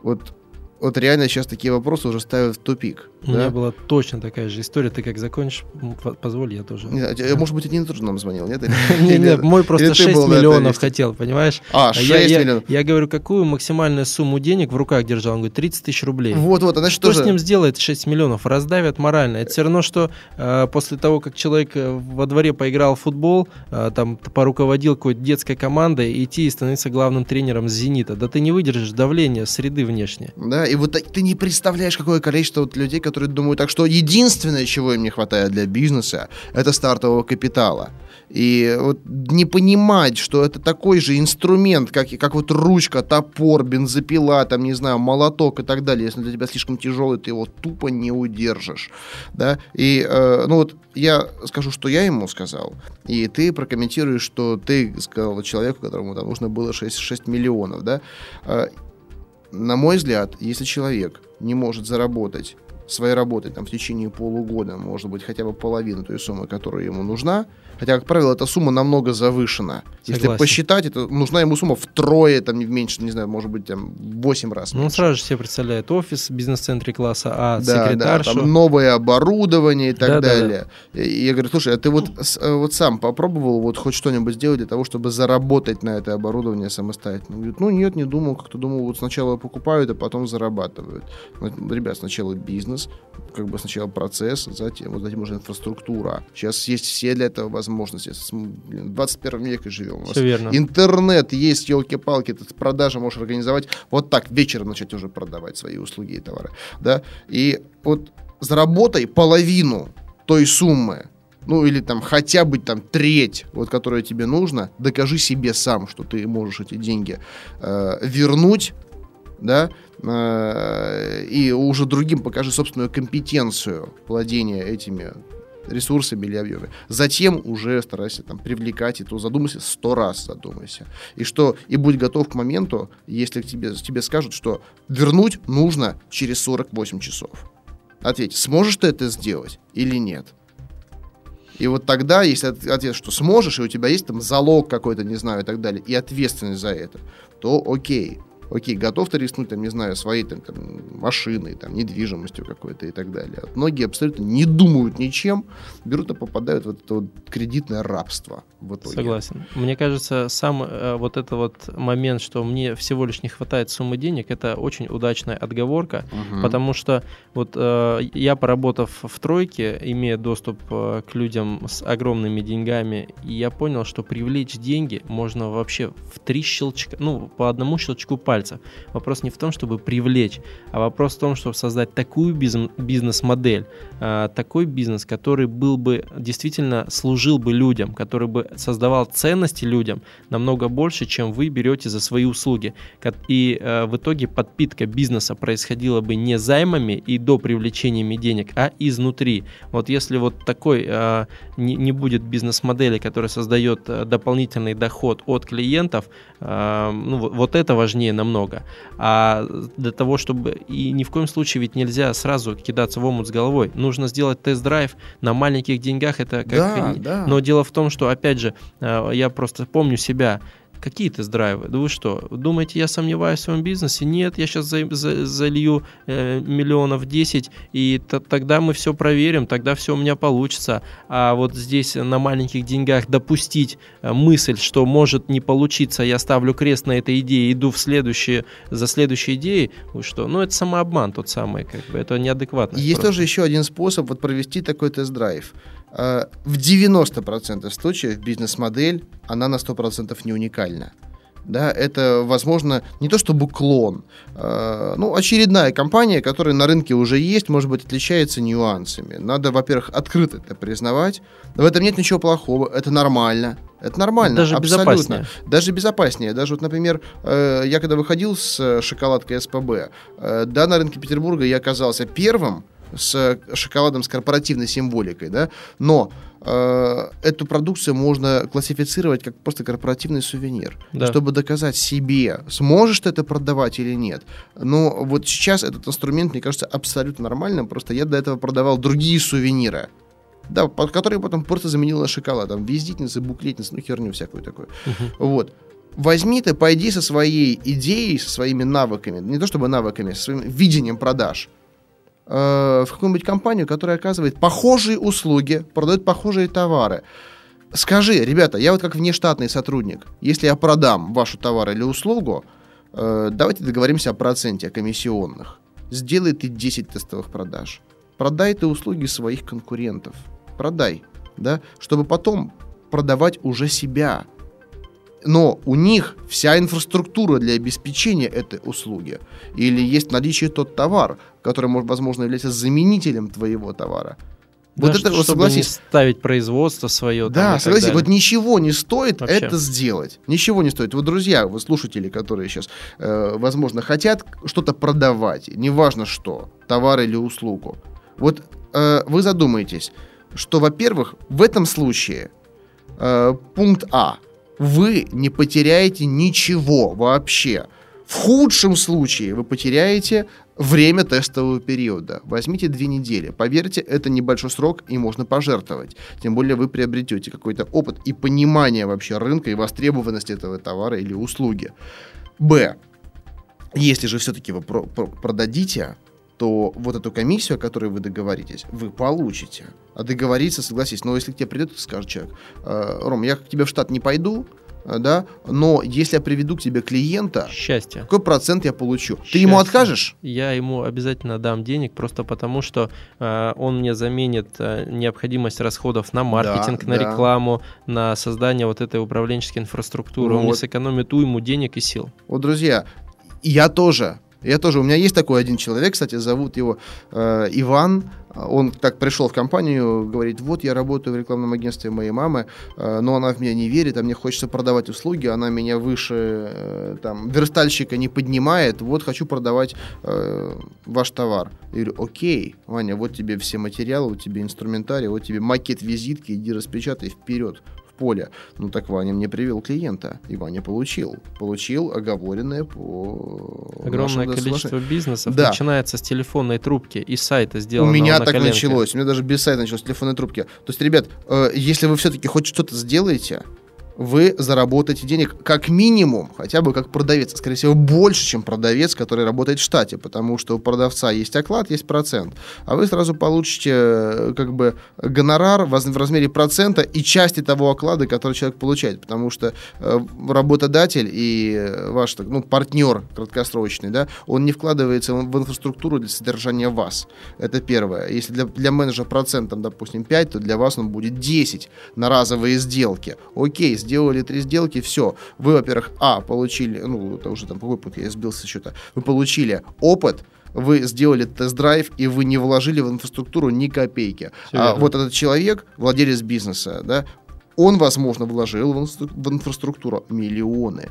Вот реально сейчас такие вопросы уже ставят в тупик. У меня была точно такая же история. Ты как закончишь, позволь, я тоже. Может быть, один тоже нам звонил, нет? Нет, мой просто 6 миллионов хотел, понимаешь? 6 миллионов. Я говорю, какую максимальную сумму денег в руках держал? Он говорит, 30 тысяч рублей. Вот, что с ним сделает 6 миллионов? Раздавят морально. Это все равно, что после того, как человек во дворе поиграл в футбол, там поруководил какой-то детской командой, идти и становиться главным тренером «Зенита». Да ты не выдержишь давления среды внешне. Да, и вот ты не представляешь, какое количество людей, которые думают так, что единственное, чего им не хватает для бизнеса, это стартового капитала. И вот не понимать, что это такой же инструмент, как вот ручка, топор, бензопила, там, не знаю, молоток и так далее. Если для тебя слишком тяжелый, ты его тупо не удержишь. Да? И, я скажу, что я ему сказал, и ты прокомментируешь, что ты сказал человеку, которому там нужно было 6 миллионов, да? На мой взгляд, если человек не может заработать своей работой там, в течение полугода, может быть, хотя бы половину той суммы, которая ему нужна, хотя, как правило, эта сумма намного завышена. Согласен. Если посчитать, это нужна ему сумма втрое, там, меньше, не знаю, может быть, там, 8 раз меньше. Он сразу же себе представляет офис в бизнес-центре класса А, секретаршу. Да, там новое оборудование и так далее. И я говорю, слушай, а ты вот сам попробовал вот хоть что-нибудь сделать для того, чтобы заработать на это оборудование самостоятельно? Он говорит, нет, не думал, как-то думал, вот сначала покупают, а потом зарабатывают. Ребят, сначала бизнес, как бы сначала процесс, затем уже инфраструктура. Сейчас есть все для этого возможности. В 21 веке живем. Все верно. Интернет есть, елки-палки, ты продажи можешь организовать. Вот так вечером начать уже продавать свои услуги и товары. Да? И вот заработай половину той суммы, или там хотя бы там треть, вот, которая тебе нужна, докажи себе сам, что ты можешь эти деньги вернуть, да, и уже другим покажи собственную компетенцию владения этими ресурсами или объемами. Затем уже старайся там привлекать, и то задумайся, 100 раз задумайся. И будь готов к моменту, если тебе скажут, что вернуть нужно через 48 часов. Ответь, сможешь ты это сделать или нет? И вот тогда, если ответ, что сможешь, и у тебя есть там залог какой-то, не знаю, и так далее, и ответственность за это, то окей, готов ты рискнуть, там, не знаю, своей там, машиной, там, недвижимостью какой-то и так далее. Многие абсолютно не думают ничем, берут и попадают в это вот кредитное рабство в итоге. Согласен. Мне кажется, сам вот этот вот момент, что мне всего лишь не хватает суммы денег, это очень удачная отговорка, потому что вот я, поработав в тройке, имея доступ к людям с огромными деньгами, и я понял, что привлечь деньги можно вообще в 3 щелчка, по одному щелчку пальца. Вопрос не в том, чтобы привлечь, а вопрос в том, чтобы создать такую бизнес-модель, такой бизнес, который был бы действительно служил бы людям, который бы создавал ценности людям намного больше, чем вы берете за свои услуги. И в итоге подпитка бизнеса происходила бы не займами и до привлечениями денег, а изнутри. Вот если вот такой не будет бизнес-модели, которая создает дополнительный доход от клиентов, вот это важнее намного. А для того, чтобы... И ни в коем случае ведь нельзя сразу кидаться в омут с головой. Нужно сделать тест-драйв на маленьких деньгах. Это как... Да. Но дело в том, что, опять же, я просто помню себя. Какие тест-драйвы? Да вы что, думаете, я сомневаюсь в своем бизнесе? Нет, я сейчас залью 10 миллионов, и тогда мы все проверим, тогда все у меня получится. А вот здесь на маленьких деньгах допустить мысль, что может не получиться, я ставлю крест на этой идее, иду за следующей идеей, вы что? Это самообман тот самый, это неадекватно. Есть просто. Тоже еще один способ провести такой тест-драйв. В 90% случаев бизнес-модель, она на 100% не уникальна. Да, это, возможно, не то чтобы клон, очередная компания, которая на рынке уже есть, может быть, отличается нюансами. Надо, во-первых, открыто это признавать. В этом нет ничего плохого, это нормально. Это нормально, даже абсолютно. Безопаснее. Даже безопаснее. Даже вот, например, я когда выходил с шоколадкой СПБ, на рынке Петербурга я оказался первым с шоколадом с корпоративной символикой, да, но эту продукцию можно классифицировать как просто корпоративный сувенир, чтобы доказать себе, сможешь ты это продавать или нет. Но вот сейчас этот инструмент, мне кажется, абсолютно нормальным, просто я до этого продавал другие сувениры, да, под которые потом просто заменила шоколад, там, визитницы, буклетницы, херню всякую такую. Вот. возьми ты, пойди со своей идеей, со своими навыками, не то чтобы навыками, со своим видением продаж, в какую-нибудь компанию, которая оказывает похожие услуги, продает похожие товары. Скажи, ребята, я вот как внештатный сотрудник, если я продам вашу товар или услугу, давайте договоримся о проценте, о комиссионных. Сделай ты 10 тестовых продаж. Продай ты услуги своих конкурентов. Продай, да, чтобы потом продавать уже себя. Но у них вся инфраструктура для обеспечения этой услуги. Или есть в наличии тот товар, который, возможно, является заменителем твоего товара. Да, вот это, чтобы согласись, не ставить производство свое. Да, согласись, вот ничего не стоит вообще это сделать. Ничего не стоит. Вот, друзья, вы слушатели, которые сейчас, возможно, хотят что-то продавать, неважно что, товар или услугу. Вот вы задумаетесь, что, во-первых, в этом случае пункт А. Вы не потеряете ничего вообще. В худшем случае вы потеряете время тестового периода. Возьмите 2 недели. Поверьте, это небольшой срок, и можно пожертвовать. Тем более вы приобретете какой-то опыт и понимание вообще рынка и востребованности этого товара или услуги. Б. Если же все-таки вы продадите, то вот эту комиссию, о которой вы договоритесь, вы получите. А договориться, согласись, но если к тебе придет и скажет человек: Ром, я к тебе в штат не пойду, да, но если я приведу к тебе клиента, счастье, какой процент я получу? Счастье. Ты ему откажешь? Я ему обязательно дам денег, просто потому что он мне заменит необходимость расходов на маркетинг, на рекламу, на создание вот этой управленческой инфраструктуры. Вот. Он мне сэкономит уйму денег и сил. Вот, друзья, я тоже. У меня есть такой один человек, кстати, зовут его Иван. Он так пришел в компанию, говорит: вот я работаю в рекламном агентстве моей мамы, но она в меня не верит, а мне хочется продавать услуги, она меня выше там верстальщика не поднимает, вот хочу продавать ваш товар. Я говорю: окей, Ваня, вот тебе все материалы, вот тебе инструментарий, вот тебе макет визитки, иди распечатай вперед. Поле. Ну так Ваня мне привел клиента, и Ваня получил оговоренное по... Огромное количество бизнесов начинается с телефонной трубки и сайта сделанного. У меня на так коленке. началось, у меня даже без сайта началось, с телефонной трубки. То есть, ребят, если вы все-таки хоть что-то сделаете, вы заработаете денег как минимум, хотя бы как продавец, скорее всего, больше, чем продавец, который работает в штате, потому что у продавца есть оклад, есть процент, а вы сразу получите как бы гонорар в размере процента и части того оклада, который человек получает, потому что работодатель и ваш партнер краткосрочный, да, он не вкладывается в инфраструктуру для содержания вас. Это первое. Если для менеджера процентом, допустим, 5, то для вас он будет 10 на разовые сделки. Окей, сделали 3 сделки, все. Вы, во-первых, получили, это уже там какой пункт, я сбился с счета. Вы получили опыт, вы сделали тест-драйв, и вы не вложили в инфраструктуру ни копейки. А вот этот человек, владелец бизнеса, да, он, возможно, вложил в инфраструктуру миллионы.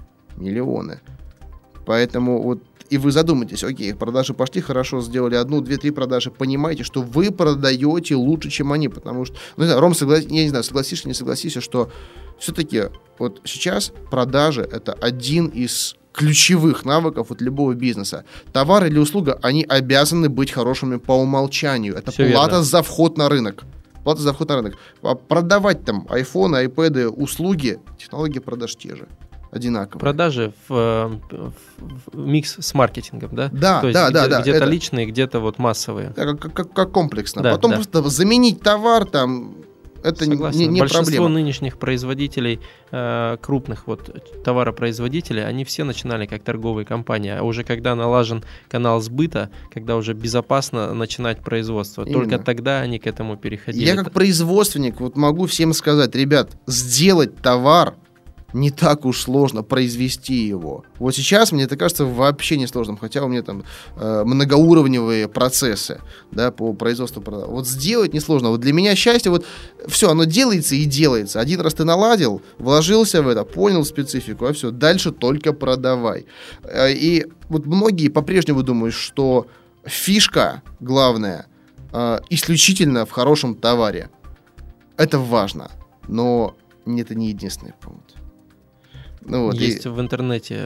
Поэтому вот и вы задумаетесь: окей, продажи пошли, хорошо, сделали 1, 2, 3 продажи, понимаете, что вы продаете лучше, чем они, потому что, Ром, я не знаю, согласишься, не согласишься, что все-таки вот сейчас продажи — это один из ключевых навыков от любого бизнеса. Товар или услуга, они обязаны быть хорошими по умолчанию. Это плата за вход на рынок. А продавать там айфоны, айпэды, услуги, технологии продаж те же. Одинаково. Продажи в микс с маркетингом, да? Да, то есть где-то это... личные, где-то вот массовые. Как комплексно. Потом просто заменить товар там, это не проблема. Большинство нынешних производителей, крупных товаропроизводителей, они все начинали как торговые компании. А уже когда налажен канал сбыта, когда уже безопасно начинать производство, только тогда они к этому переходили. Я как производственник могу всем сказать: ребят, сделать товар не так уж сложно, произвести его. Вот сейчас мне это кажется вообще не сложным, хотя у меня там многоуровневые процессы, да, по производству продаж. Вот сделать несложно. Вот для меня счастье, все, оно делается и делается. Один раз ты наладил, вложился в это, понял специфику, а все, дальше только продавай. И вот многие по-прежнему думают, что фишка главная исключительно в хорошем товаре. Это важно, но это не единственный пункт. Есть в интернете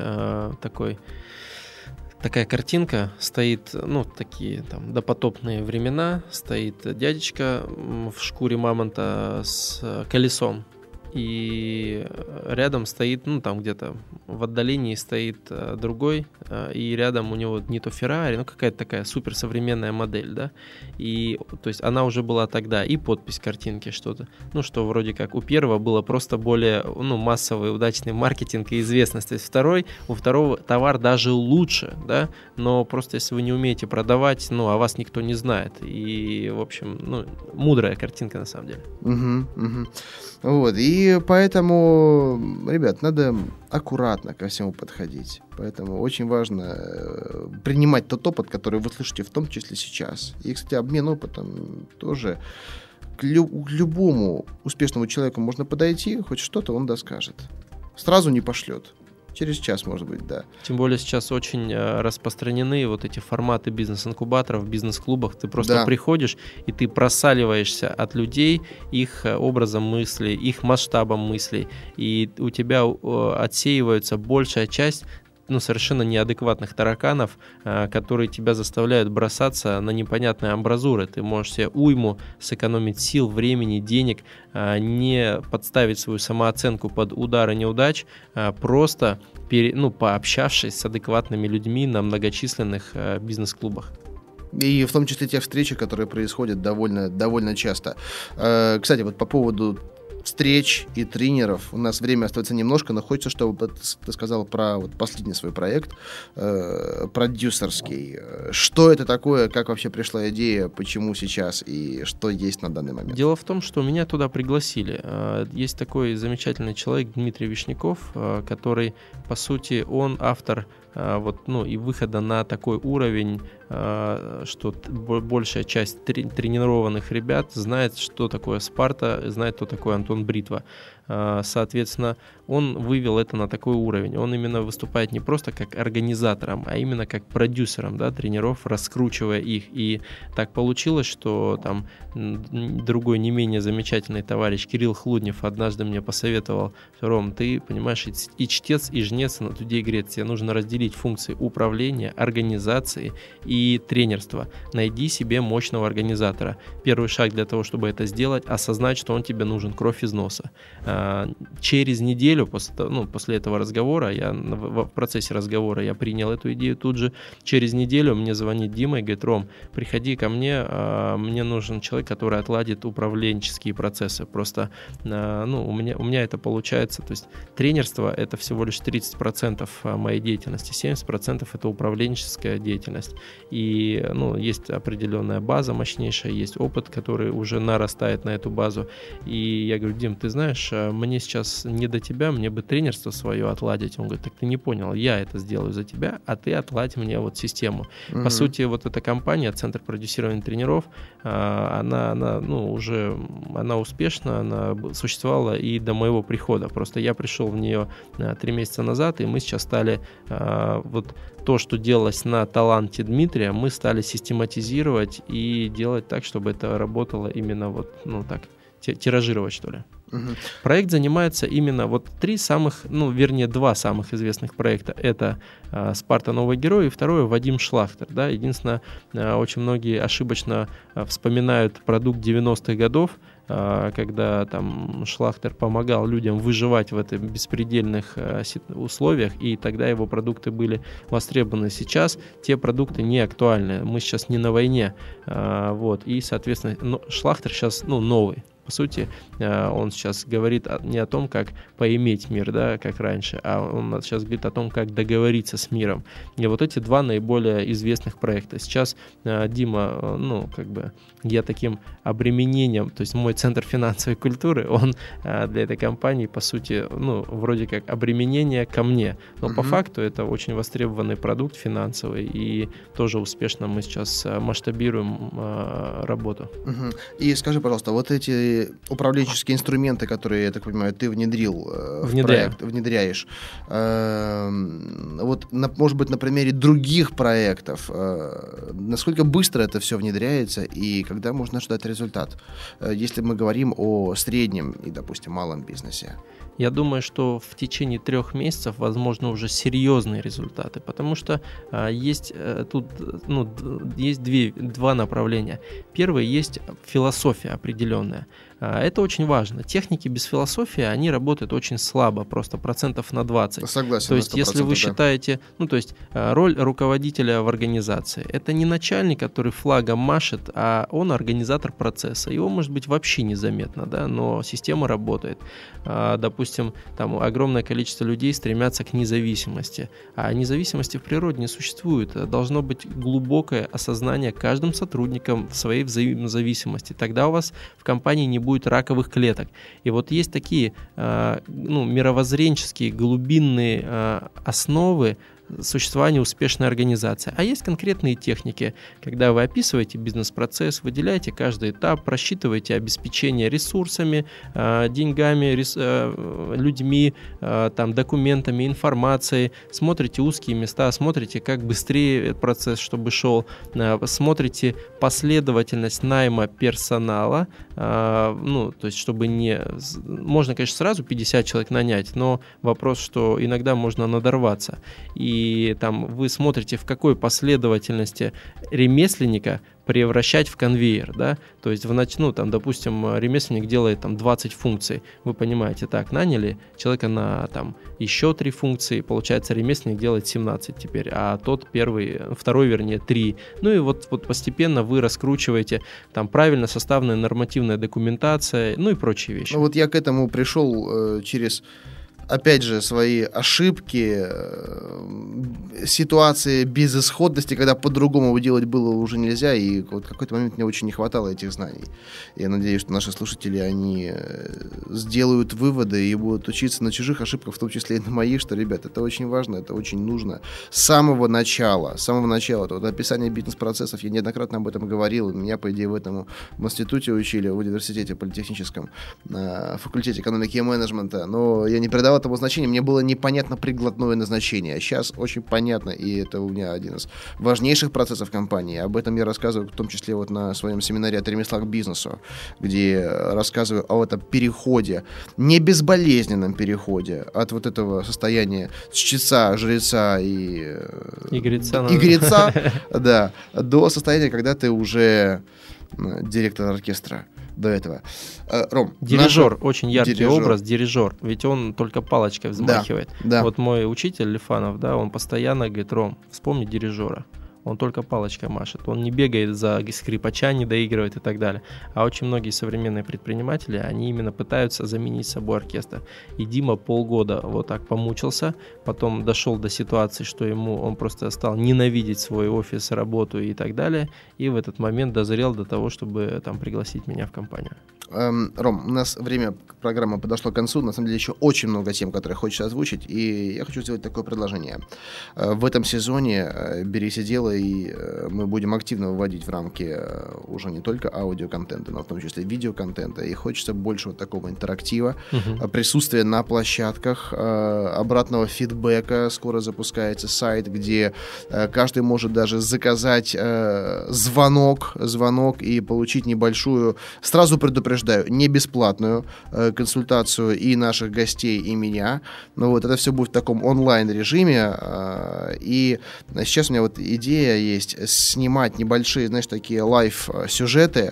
такая картинка, стоит, такие там допотопные времена, стоит дядечка в шкуре мамонта с колесом и рядом стоит, ну, там где-то в отдалении стоит другой, и рядом у него не то Ferrari, ну, какая-то такая суперсовременная модель, да, и, то есть, она уже была тогда, и подпись картинки что-то, ну, что вроде как у первого было просто более, ну, массовый, удачный маркетинг и известность, то есть, у второго товар даже лучше, да, но просто если вы не умеете продавать, ну, а вас никто не знает, и, в общем, ну, мудрая картинка на самом деле. Вот, и поэтому, ребят, надо аккуратно ко всему подходить. Поэтому очень важно принимать тот опыт, который вы слышите, в том числе сейчас. И, кстати, обмен опытом тоже к любому успешному человеку можно подойти, хоть что-то он доскажет. Сразу не пошлет. Через час, может быть, да. Тем более сейчас очень распространены вот эти форматы бизнес-инкубаторов в бизнес-клубах. Ты просто приходишь, и ты просаливаешься от людей, их образом мысли, их масштабом мыслей. И у тебя отсеивается большая часть, ну, совершенно неадекватных тараканов, которые тебя заставляют бросаться на непонятные амбразуры. Ты можешь себе уйму сэкономить сил, времени, денег, не подставить свою самооценку под удары неудач, просто пообщавшись с адекватными людьми на многочисленных бизнес-клубах. И в том числе те встречи, которые происходят довольно часто. Кстати, вот по поводу встреч и тренеров. У нас время остается немножко, но хочется, чтобы ты сказал про вот последний свой проект, продюсерский. Что это такое, как вообще пришла идея, почему сейчас и что есть на данный момент? Дело в том, что меня туда пригласили. Есть такой замечательный человек Дмитрий Вишняков, который, по сути, он автор и выхода на такой уровень, что большая часть тренированных ребят знает, что такое Спарта, знает, кто такой Антон Бритва. Соответственно, он вывел это на такой уровень. Он именно выступает не просто как организатором, а именно как продюсером, да, тренеров, раскручивая их. И так получилось, что там другой не менее замечательный товарищ Кирилл Хлуднев однажды мне посоветовал: Ром, ты понимаешь, и чтец, и жнец на туде греет. Тебе нужно разделить функции управления, организации и тренерства. Найди себе мощного организатора. Первый шаг для того, чтобы это сделать, осознать, что он тебе нужен кровь из носа. Через неделю после этого разговора, в процессе разговора я принял эту идею тут же. Через неделю мне звонит Дима и говорит: Ром, приходи ко мне, мне нужен человек, который отладит управленческие процессы. Просто у меня это получается, то есть тренерство — это всего лишь 30% моей деятельности, 70% это управленческая деятельность. И есть определенная база мощнейшая, есть опыт, который уже нарастает на эту базу. И я говорю: Дим, ты знаешь, мне сейчас не до тебя, мне бы тренерство свое отладить. Он говорит: так ты не понял, я это сделаю за тебя, а ты отладь мне вот систему. По сути, вот эта компания, Центр продюсирования тренеров, она успешна, она существовала и до моего прихода. Просто я пришел в нее 3 месяца назад, и мы сейчас стали то, что делалось на таланте Дмитрия, мы стали систематизировать и делать так, чтобы это работало именно тиражировать, что ли. Проект занимается именно 2 самых известных проекта. Это «Спарта. Новый герой» и второе — Вадим Шлахтер. Да? Единственное, очень многие ошибочно вспоминают продукт 90-х годов, когда там Шлахтер помогал людям выживать в этих беспредельных условиях, и тогда его продукты были востребованы. Сейчас те продукты не актуальны. Мы сейчас не на войне. И, соответственно, Шлахтер сейчас новый. По сути, он сейчас говорит не о том, как поиметь мир, да, как раньше, а он сейчас говорит о том, как договориться с миром. И вот эти 2 наиболее известных проекта. Сейчас Дима, я таким обременением, то есть мой центр финансовой культуры, он для этой компании, по сути, вроде как обременение ко мне. Но по факту это очень востребованный продукт финансовый, и тоже успешно мы сейчас масштабируем работу. И скажи, пожалуйста, вот эти управленческие инструменты, которые, я так понимаю, ты внедряешь. Может быть, на примере других проектов, насколько быстро это все внедряется и когда можно ждать результат, если мы говорим о среднем и, допустим, малом бизнесе? Я думаю, что в течение 3 месяцев возможно уже серьезные результаты, потому что есть тут есть 2 направления. Первое — есть философия определенная. Это очень важно. Техники без философии, они работают очень слабо, просто 20%. Согласен. То есть, если вы считаете, роль руководителя в организации, это не начальник, который флагом машет, а он организатор процесса. Его, может быть, вообще незаметно, да, но система работает. Допустим, там огромное количество людей стремятся к независимости, а независимости в природе не существует. Должно быть глубокое осознание каждым сотрудником в своей взаимозависимости. Тогда у вас в компании не будет раковых клеток. И вот есть такие мировоззренческие, глубинные основы существования успешной организации. А есть конкретные техники, когда вы описываете бизнес-процесс, выделяете каждый этап, просчитываете обеспечение ресурсами, деньгами, людьми, документами, информацией, смотрите узкие места, смотрите, как быстрее процесс, чтобы шел, смотрите последовательность найма персонала, то есть чтобы не... Можно, конечно, сразу 50 человек нанять, но вопрос, что иногда можно надорваться. И там вы смотрите, в какой последовательности ремесленника превращать в конвейер, да, то есть допустим, ремесленник делает 20 функций, вы понимаете, так, наняли человека на еще 3 функции, получается, ремесленник делает 17 теперь, а тот второй 3, и вот постепенно вы раскручиваете, правильно составленная нормативная документация, и прочие вещи. Вот я к этому пришел через... Опять же, свои ошибки, ситуации безысходности, когда по-другому делать было уже нельзя, и вот в какой-то момент мне очень не хватало этих знаний. Я надеюсь, что наши слушатели, они сделают выводы и будут учиться на чужих ошибках, в том числе и на моих, что, ребят, это очень важно, это очень нужно. С самого начала, вот описание бизнес-процессов, я неоднократно об этом говорил, меня, по идее, в институте учили, в университете политехническом, на факультете экономики и менеджмента, но я не придавал этому значения, мне было непонятно прикладное назначение. Сейчас очень понятно, и это у меня один из важнейших процессов компании. Об этом я рассказываю, в том числе на своем семинаре «От ремесла к бизнесу», где рассказываю о этом переходе, не безболезненном переходе от вот этого состояния чтеца, жреца и греца, да, до состояния, когда ты уже директор оркестра. До этого. Ром, дирижер, очень яркий образ, дирижер, ведь он только палочкой взмахивает. Да. Вот мой учитель Лифанов, да, он постоянно говорит: Ром, вспомни дирижера. Он только палочкой машет, он не бегает за скрипача, не доигрывает и так далее. А очень многие современные предприниматели, они именно пытаются заменить собой оркестр. И Дима полгода вот так помучился, потом дошел до ситуации, что он просто стал ненавидеть свой офис, работу и так далее, и в этот момент дозрел до того, чтобы пригласить меня в компанию. Ром, у нас время программы подошло к концу. На самом деле еще очень много тем, которые хочется озвучить. И я хочу сделать такое предложение. В этом сезоне «Берись и делай», мы будем активно выводить в рамки уже не только аудиоконтента, но в том числе видеоконтента. И хочется больше вот такого интерактива, присутствия на площадках, обратного фидбэка. Скоро запускается сайт, где каждый может даже заказать звонок и получить небольшую, сразу предупреждаю, не бесплатную консультацию и наших гостей, и меня. Но вот это все будет в таком онлайн-режиме. И сейчас у меня вот идея есть снимать небольшие, такие лайв-сюжеты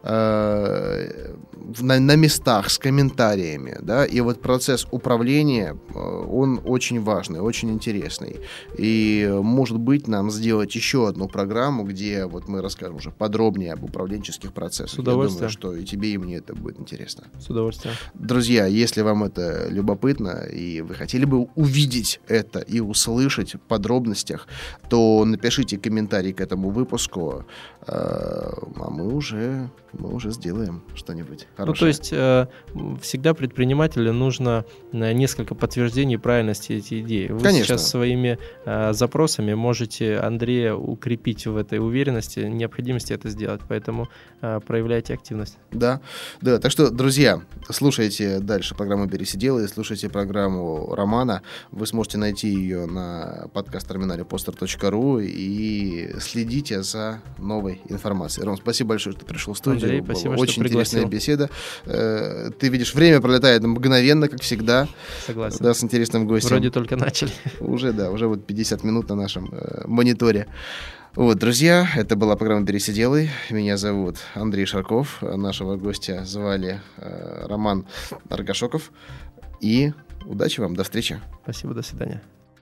на местах с комментариями, да, и вот процесс управления, он очень важный, очень интересный. И, может быть, нам сделать еще одну программу, где вот мы расскажем уже подробнее об управленческих процессах. С удовольствием. Я думаю, что и тебе, и мне это будет интересно. С удовольствием. Друзья, если вам это любопытно, и вы хотели бы увидеть это и услышать в подробностях, то напишите комментарий к этому выпуску, а мы уже сделаем что-нибудь хорошее. То есть всегда предпринимателю нужно несколько подтверждений правильности этой идеи. Вы сейчас своими запросами можете Андрея укрепить в этой уверенности, необходимости это сделать, поэтому проявляйте активность. Да, так что, друзья, слушайте дальше программу «Берись и делай», слушайте программу Романа, вы сможете найти ее на подкаст-терминале poster.ru и следите за новой информацией. Ром, спасибо большое. большое, что ты пришел в студию. Андрей, спасибо, Была что очень пригласил. интересная беседа. Ты видишь, время пролетает мгновенно, как всегда. Согласен. Да, с интересным гостем. Вроде только начали. Уже вот 50 минут на нашем мониторе. Вот, друзья, это была программа «Пересиделый». Меня зовут Андрей Шарков. Нашего гостя звали Роман Аргашоков. И удачи вам, до встречи. Спасибо, до свидания.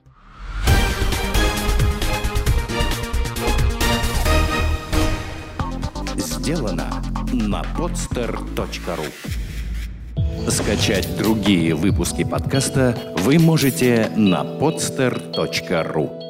Сделано на podster.ru. Скачать другие выпуски подкаста вы можете на podster.ru.